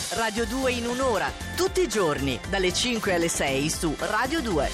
Radio 2 in un'ora, tutti i giorni, dalle 5 alle 6 su Radio 2.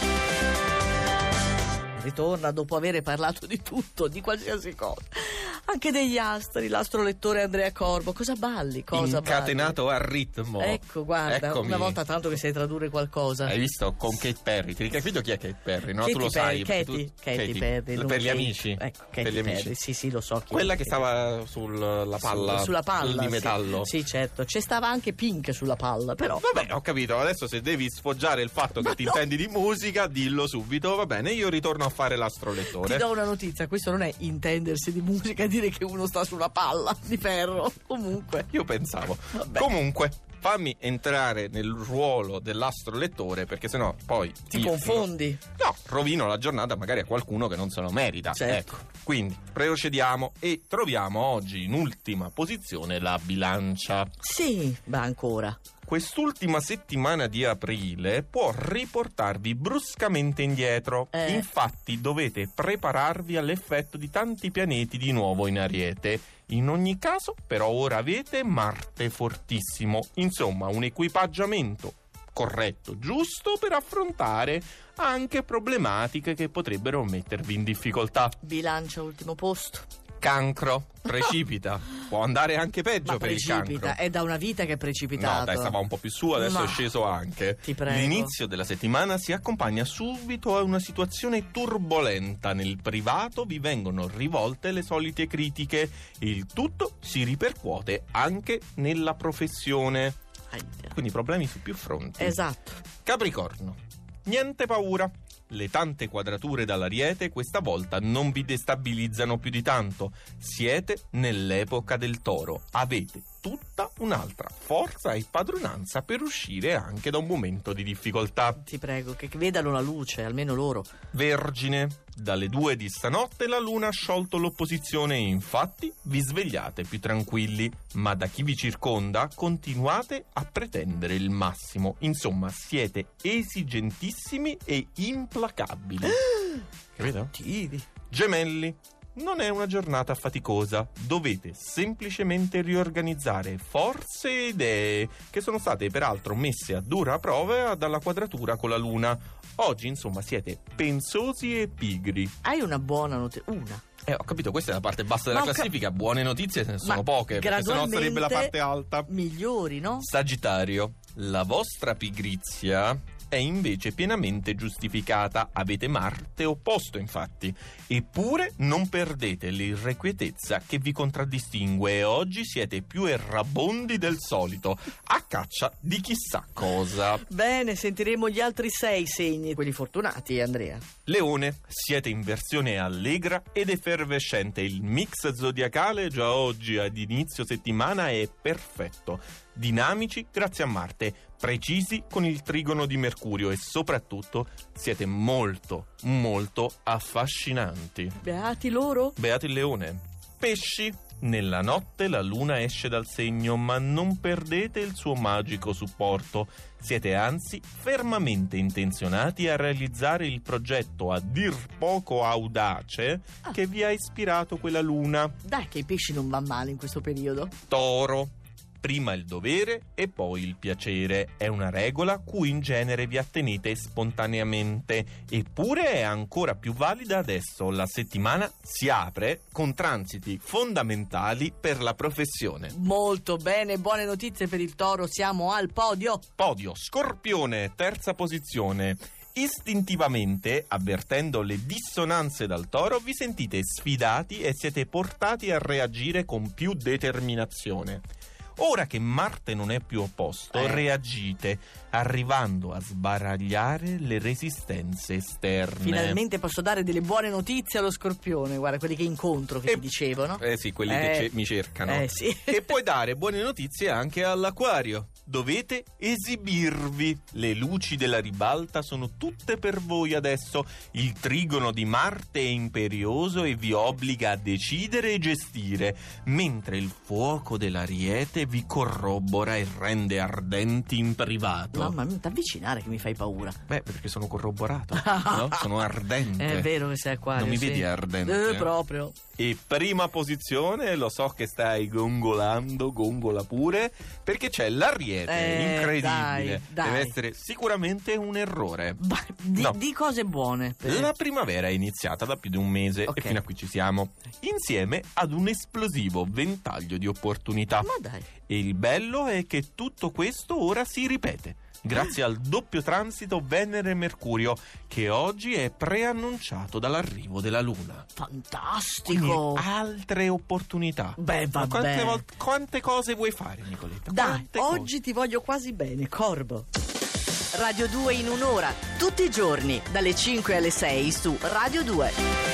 Ritorna dopo aver parlato di tutto, di qualsiasi cosa. Anche degli astri, l'astrolettore Andrea Corbo. Cosa balli? Incatenato al ritmo. Ecco, guarda, Eccomi. Una volta tanto che sai tradurre qualcosa. Hai visto con Kate Perry? Ti ricordi chi è Kate Perry? No, Katy tu lo sai. Katy Perry. Per gli amici. Ecco, per Katy gli Perry. amici. Sì, lo so. Quella che stava sulla palla di metallo. Sì, certo. C'è stava anche Pink sulla palla, però. Vabbè, ho capito. Adesso se devi sfoggiare il fatto che ti intendi di musica, dillo subito. Va bene, io ritorno a fare l'astrolettore. Ti do una notizia, questo non è intendersi di musica, dire che uno sta sulla palla di ferro. Comunque. Io pensavo. Vabbè. Comunque, fammi entrare nel ruolo dell'astrolettore, perché sennò poi Ti confondi. No, rovino la giornata magari a qualcuno che non se lo merita. Certo. Ecco. Quindi procediamo e troviamo oggi in ultima posizione la bilancia. Sì, ma ancora. Quest'ultima settimana di aprile può riportarvi bruscamente indietro. Infatti dovete prepararvi all'effetto di tanti pianeti di nuovo in Ariete. In ogni caso, però, ora avete Marte fortissimo. Insomma, un equipaggiamento corretto, giusto per affrontare anche problematiche che potrebbero mettervi in difficoltà. Bilancia ultimo posto. Cancro, precipita. Può andare anche peggio. Ma per il cancro. precipita, è da una vita che è precipitato. No, dai, stava un po' più su, adesso Ma è sceso anche. ti prego. L'inizio della settimana si accompagna subito a una situazione turbolenta. Nel privato vi vengono rivolte le solite critiche e il tutto si ripercuote anche nella professione. Quindi problemi su più fronti. Esatto. Capricorno, niente paura. Le tante quadrature dall'Ariete questa volta non vi destabilizzano più di tanto. Siete nell'epoca del Toro. Avete tutta un'altra forza e padronanza per uscire anche da un momento di difficoltà. Ti prego, che vedano la luce, almeno loro. Vergine, dalle 2 di stanotte la Luna ha sciolto l'opposizione e infatti vi svegliate più tranquilli, ma da chi vi circonda continuate a pretendere il massimo. Insomma, siete esigentissimi e implacabili. Capito? Cattivi. Gemelli, non è una giornata faticosa, dovete semplicemente riorganizzare forze e idee che sono state peraltro messe a dura prova dalla quadratura con la Luna. Oggi insomma siete pensosi e pigri. Hai una buona notizia? Una. Ho capito, questa è la parte bassa della classifica, buone notizie ce ne sono poche, perché sennò sarebbe la parte alta. Migliori, no? Sagittario, la vostra pigrizia è invece pienamente giustificata. Avete Marte opposto, infatti. Eppure non perdete l'irrequietezza che vi contraddistingue e oggi siete più errabondi del solito, a caccia di chissà cosa. Bene, sentiremo gli altri 6 segni, quelli fortunati, Andrea. Leone, siete in versione allegra ed effervescente. Il mix zodiacale già oggi ad inizio settimana è perfetto. Dinamici grazie a Marte, precisi con il trigono di Mercurio e soprattutto siete molto, molto affascinanti. Beati loro? Beato il leone. Pesci, nella notte la luna esce dal segno, ma non perdete il suo magico supporto. Siete anzi fermamente intenzionati a realizzare il progetto a dir poco audace che vi ha ispirato quella luna. Dai che i pesci non vanno male in questo periodo. Toro, prima il dovere e poi il piacere. È una regola cui in genere vi attenete spontaneamente, eppure è ancora più valida adesso. La settimana si apre con transiti fondamentali per la professione. Molto bene, buone notizie per il Toro, siamo al podio. Podio, Scorpione, terza posizione. Istintivamente, avvertendo le dissonanze dal Toro, vi sentite sfidati e siete portati a reagire con più determinazione. Ora che Marte non è più opposto, reagite, arrivando a sbaragliare le resistenze esterne. Finalmente posso dare delle buone notizie allo Scorpione, guarda, quelli che incontro, che ti dicevo, no? Sì, quelli che mi cercano. Sì. E puoi dare buone notizie anche all'Acquario. Dovete esibirvi. Le luci della ribalta sono tutte per voi adesso. Il trigono di Marte è imperioso e vi obbliga a decidere e gestire, mentre il fuoco dell'Ariete vi corrobora e rende ardenti in privato. Mamma mia, t'avvicinare che mi fai paura. Beh, perché sono corroborato, no? Sono ardente. È vero che sei Acquario. Non mi sì. vedi ardente? Proprio. E prima posizione, lo so che stai gongolando, gongola pure, perché c'è l'Ariete, incredibile. Dai. Deve essere sicuramente un errore. Di cose buone. La primavera è iniziata da più di un mese Ok. e fino a qui ci siamo, insieme ad un esplosivo ventaglio di opportunità. Ma dai. E il bello è che tutto questo ora si ripete, grazie al doppio transito Venere-Mercurio, che oggi è preannunciato dall'arrivo della Luna. Fantastico. Quindi altre opportunità. Beh, Ma vabbè. quante cose vuoi fare, Nicoletta? Dai, Quante cose? oggi ti voglio quasi bene, Corbo. Radio 2 in un'ora, tutti i giorni, dalle 5 alle 6 su Radio 2.